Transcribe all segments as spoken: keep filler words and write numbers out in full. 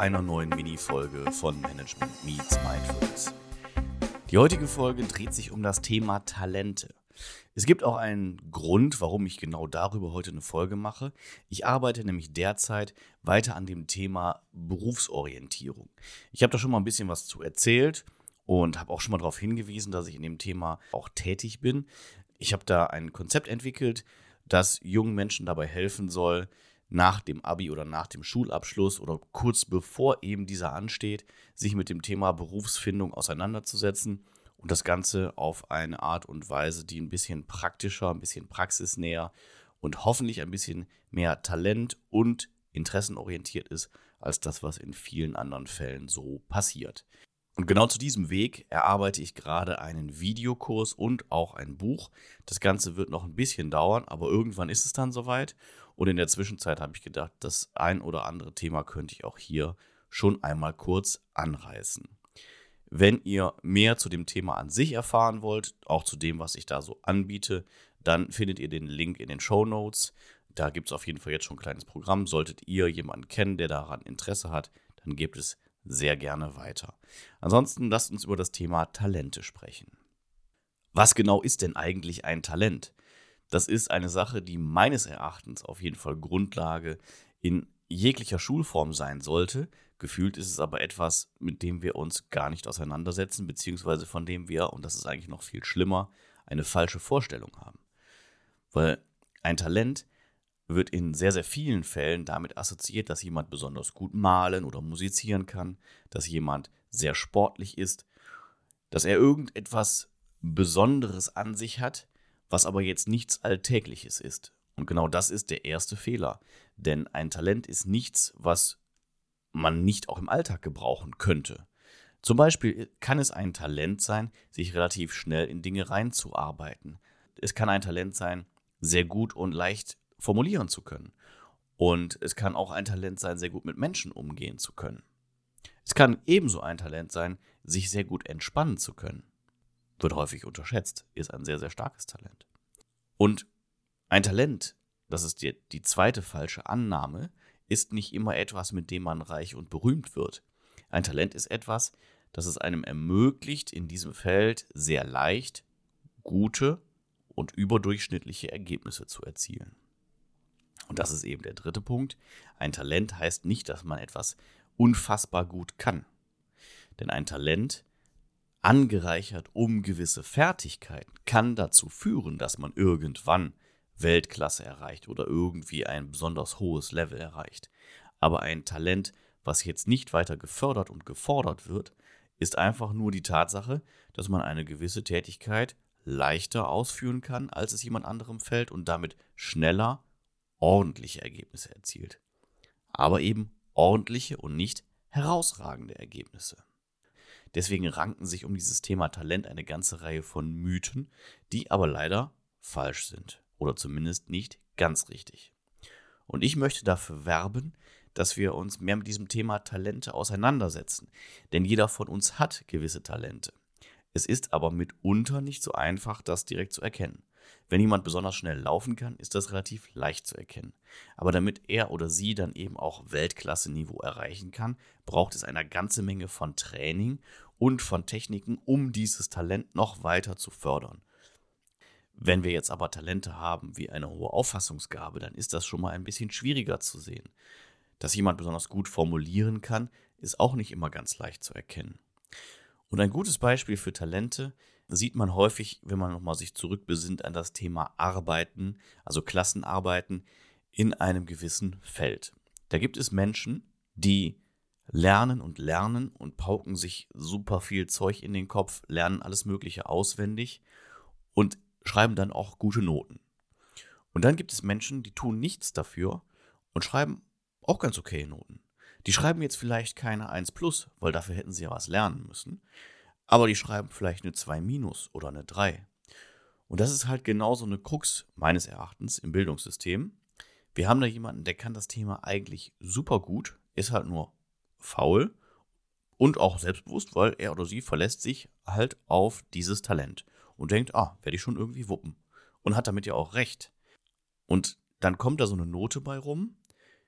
einer neuen Mini-Folge von Management Meets Mindfulness. Die heutige Folge dreht sich um das Thema Talente. Es gibt auch einen Grund, warum ich genau darüber heute eine Folge mache. Ich arbeite nämlich derzeit weiter an dem Thema Berufsorientierung. Ich habe da schon mal ein bisschen was zu erzählt und habe auch schon mal darauf hingewiesen, dass ich in dem Thema auch tätig bin. Ich habe da ein Konzept entwickelt, das jungen Menschen dabei helfen soll, nach dem Abi oder nach dem Schulabschluss oder kurz bevor eben dieser ansteht, sich mit dem Thema Berufsfindung auseinanderzusetzen und das Ganze auf eine Art und Weise, die ein bisschen praktischer, ein bisschen praxisnäher und hoffentlich ein bisschen mehr Talent und interessenorientiert ist, als das, was in vielen anderen Fällen so passiert. Und genau zu diesem Weg erarbeite ich gerade einen Videokurs und auch ein Buch. Das Ganze wird noch ein bisschen dauern, aber irgendwann ist es dann soweit. Und in der Zwischenzeit habe ich gedacht, das ein oder andere Thema könnte ich auch hier schon einmal kurz anreißen. Wenn ihr mehr zu dem Thema an sich erfahren wollt, auch zu dem, was ich da so anbiete, dann findet ihr den Link in den Shownotes. Da gibt es auf jeden Fall jetzt schon ein kleines Programm. Solltet ihr jemanden kennen, der daran Interesse hat, dann gebt es sehr gerne weiter. Ansonsten lasst uns über das Thema Talente sprechen. Was genau ist denn eigentlich ein Talent? Das ist eine Sache, die meines Erachtens auf jeden Fall Grundlage in jeglicher Schulform sein sollte. Gefühlt ist es aber etwas, mit dem wir uns gar nicht auseinandersetzen, beziehungsweise von dem wir, und das ist eigentlich noch viel schlimmer, eine falsche Vorstellung haben. Weil ein Talent wird in sehr, sehr vielen Fällen damit assoziiert, dass jemand besonders gut malen oder musizieren kann, dass jemand sehr sportlich ist, dass er irgendetwas Besonderes an sich hat, was aber jetzt nichts Alltägliches ist. Und genau das ist der erste Fehler. Denn ein Talent ist nichts, was man nicht auch im Alltag gebrauchen könnte. Zum Beispiel kann es ein Talent sein, sich relativ schnell in Dinge reinzuarbeiten. Es kann ein Talent sein, sehr gut und leicht formulieren zu können. Und es kann auch ein Talent sein, sehr gut mit Menschen umgehen zu können. Es kann ebenso ein Talent sein, sich sehr gut entspannen zu können. Wird häufig unterschätzt, ist ein sehr, sehr starkes Talent. Und ein Talent, das ist die, die zweite falsche Annahme, ist nicht immer etwas, mit dem man reich und berühmt wird. Ein Talent ist etwas, das es einem ermöglicht, in diesem Feld sehr leicht gute und überdurchschnittliche Ergebnisse zu erzielen. Und das ist eben der dritte Punkt. Ein Talent heißt nicht, dass man etwas unfassbar gut kann. Denn ein Talent, angereichert um gewisse Fertigkeiten, kann dazu führen, dass man irgendwann Weltklasse erreicht oder irgendwie ein besonders hohes Level erreicht. Aber ein Talent, was jetzt nicht weiter gefördert und gefordert wird, ist einfach nur die Tatsache, dass man eine gewisse Tätigkeit leichter ausführen kann, als es jemand anderem fällt und damit schneller ordentliche Ergebnisse erzielt. Aber eben ordentliche und nicht herausragende Ergebnisse. Deswegen ranken sich um dieses Thema Talent eine ganze Reihe von Mythen, die aber leider falsch sind oder zumindest nicht ganz richtig. Und ich möchte dafür werben, dass wir uns mehr mit diesem Thema Talente auseinandersetzen, denn jeder von uns hat gewisse Talente. Es ist aber mitunter nicht so einfach, das direkt zu erkennen. Wenn jemand besonders schnell laufen kann, ist das relativ leicht zu erkennen. Aber damit er oder sie dann eben auch Weltklasse-Niveau erreichen kann, braucht es eine ganze Menge von Training und von Techniken, um dieses Talent noch weiter zu fördern. Wenn wir jetzt aber Talente haben wie eine hohe Auffassungsgabe, dann ist das schon mal ein bisschen schwieriger zu sehen. Dass jemand besonders gut formulieren kann, ist auch nicht immer ganz leicht zu erkennen. Und ein gutes Beispiel für Talente sieht man häufig, wenn man nochmal sich zurückbesinnt an das Thema Arbeiten, also Klassenarbeiten in einem gewissen Feld. Da gibt es Menschen, die lernen und lernen und pauken sich super viel Zeug in den Kopf, lernen alles Mögliche auswendig und schreiben dann auch gute Noten. Und dann gibt es Menschen, die tun nichts dafür und schreiben auch ganz okay Noten. Die schreiben jetzt vielleicht keine eins plus, weil dafür hätten sie ja was lernen müssen. Aber die schreiben vielleicht eine zwei minus oder eine drei. Und das ist halt genauso eine Krux, meines Erachtens, im Bildungssystem. Wir haben da jemanden, der kann das Thema eigentlich super gut, ist halt nur faul und auch selbstbewusst, weil er oder sie verlässt sich halt auf dieses Talent und denkt, ah, werde ich schon irgendwie wuppen. Und hat damit ja auch recht. Und dann kommt da so eine Note bei rum,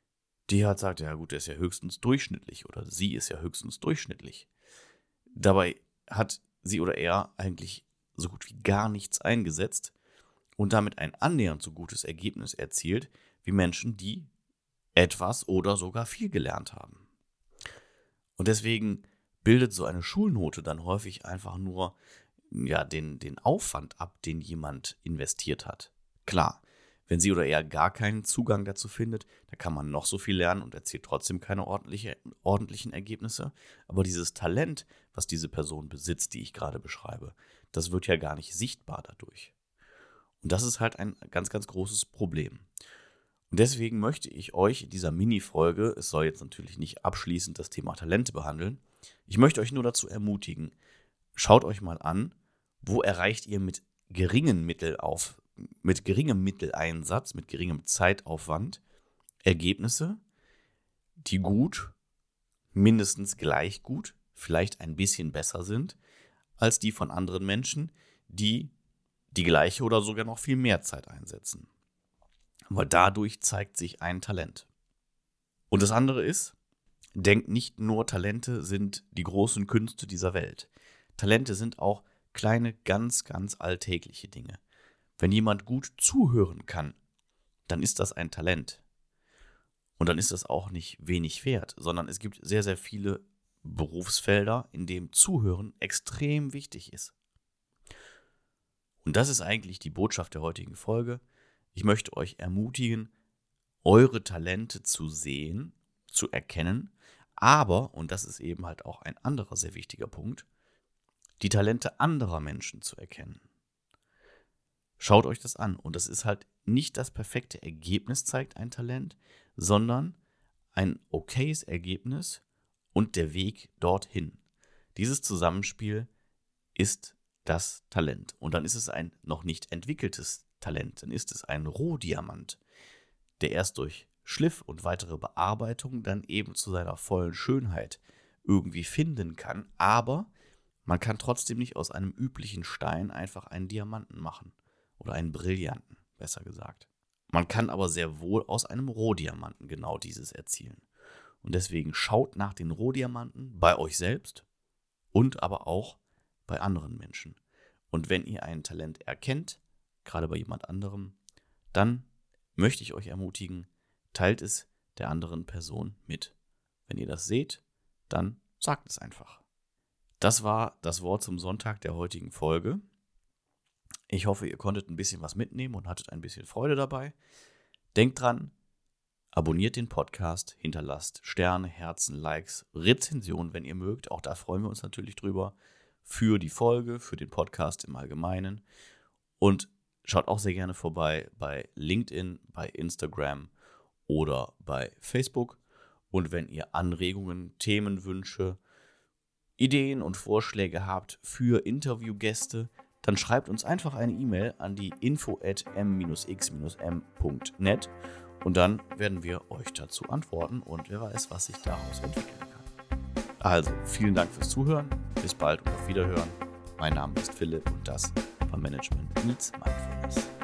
die halt sagt, ja gut, der ist ja höchstens durchschnittlich oder sie ist ja höchstens durchschnittlich. Dabei hat sie oder er eigentlich so gut wie gar nichts eingesetzt und damit ein annähernd so gutes Ergebnis erzielt wie Menschen, die etwas oder sogar viel gelernt haben. Und deswegen bildet so eine Schulnote dann häufig einfach nur ja, den, den Aufwand ab, den jemand investiert hat. Klar, wenn sie oder er gar keinen Zugang dazu findet, da kann man noch so viel lernen und erzielt trotzdem keine ordentliche, ordentlichen Ergebnisse. Aber dieses Talent, was diese Person besitzt, die ich gerade beschreibe, das wird ja gar nicht sichtbar dadurch. Und das ist halt ein ganz, ganz großes Problem. Und deswegen möchte ich euch in dieser Mini-Folge, es soll jetzt natürlich nicht abschließend das Thema Talente behandeln, ich möchte euch nur dazu ermutigen, schaut euch mal an, wo erreicht ihr mit geringen Mittelauf, mit geringem Mitteleinsatz, mit geringem Zeitaufwand Ergebnisse, die gut, mindestens gleich gut, vielleicht ein bisschen besser sind, als die von anderen Menschen, die die gleiche oder sogar noch viel mehr Zeit einsetzen. Weil dadurch zeigt sich ein Talent. Und das andere ist, denkt nicht nur, Talente sind die großen Künste dieser Welt. Talente sind auch kleine, ganz, ganz alltägliche Dinge. Wenn jemand gut zuhören kann, dann ist das ein Talent. Und dann ist das auch nicht wenig wert, sondern es gibt sehr, sehr viele Berufsfelder, in denen Zuhören extrem wichtig ist. Und das ist eigentlich die Botschaft der heutigen Folge. Ich möchte euch ermutigen, eure Talente zu sehen, zu erkennen, aber, und das ist eben halt auch ein anderer sehr wichtiger Punkt, die Talente anderer Menschen zu erkennen. Schaut euch das an. Und das ist halt nicht das perfekte Ergebnis, zeigt ein Talent, sondern ein okayes Ergebnis und der Weg dorthin. Dieses Zusammenspiel ist das Talent. Und dann ist es ein noch nicht entwickeltes Talent. Dann ist es ein Rohdiamant, der erst durch Schliff und weitere Bearbeitung dann eben zu seiner vollen Schönheit irgendwie finden kann. Aber man kann trotzdem nicht aus einem üblichen Stein einfach einen Diamanten machen. Oder einen Brillanten, besser gesagt. Man kann aber sehr wohl aus einem Rohdiamanten genau dieses erzielen. Und deswegen schaut nach den Rohdiamanten bei euch selbst und aber auch bei anderen Menschen. Und wenn ihr ein Talent erkennt, gerade bei jemand anderem, dann möchte ich euch ermutigen, teilt es der anderen Person mit. Wenn ihr das seht, dann sagt es einfach. Das war das Wort zum Sonntag der heutigen Folge. Ich hoffe, ihr konntet ein bisschen was mitnehmen und hattet ein bisschen Freude dabei. Denkt dran, abonniert den Podcast, hinterlasst Sterne, Herzen, Likes, Rezensionen, wenn ihr mögt. Auch da freuen wir uns natürlich drüber. Für die Folge, für den Podcast im Allgemeinen. Und schaut auch sehr gerne vorbei bei LinkedIn, bei Instagram oder bei Facebook. Und wenn ihr Anregungen, Themenwünsche, Ideen und Vorschläge habt für Interviewgäste, dann schreibt uns einfach eine E-Mail an die info at m x m punkt net und dann werden wir euch dazu antworten und wer weiß, was sich daraus entwickeln kann. Also, vielen Dank fürs Zuhören, bis bald und auf Wiederhören. Mein Name ist Philipp und das war Management Meets Mindfulness.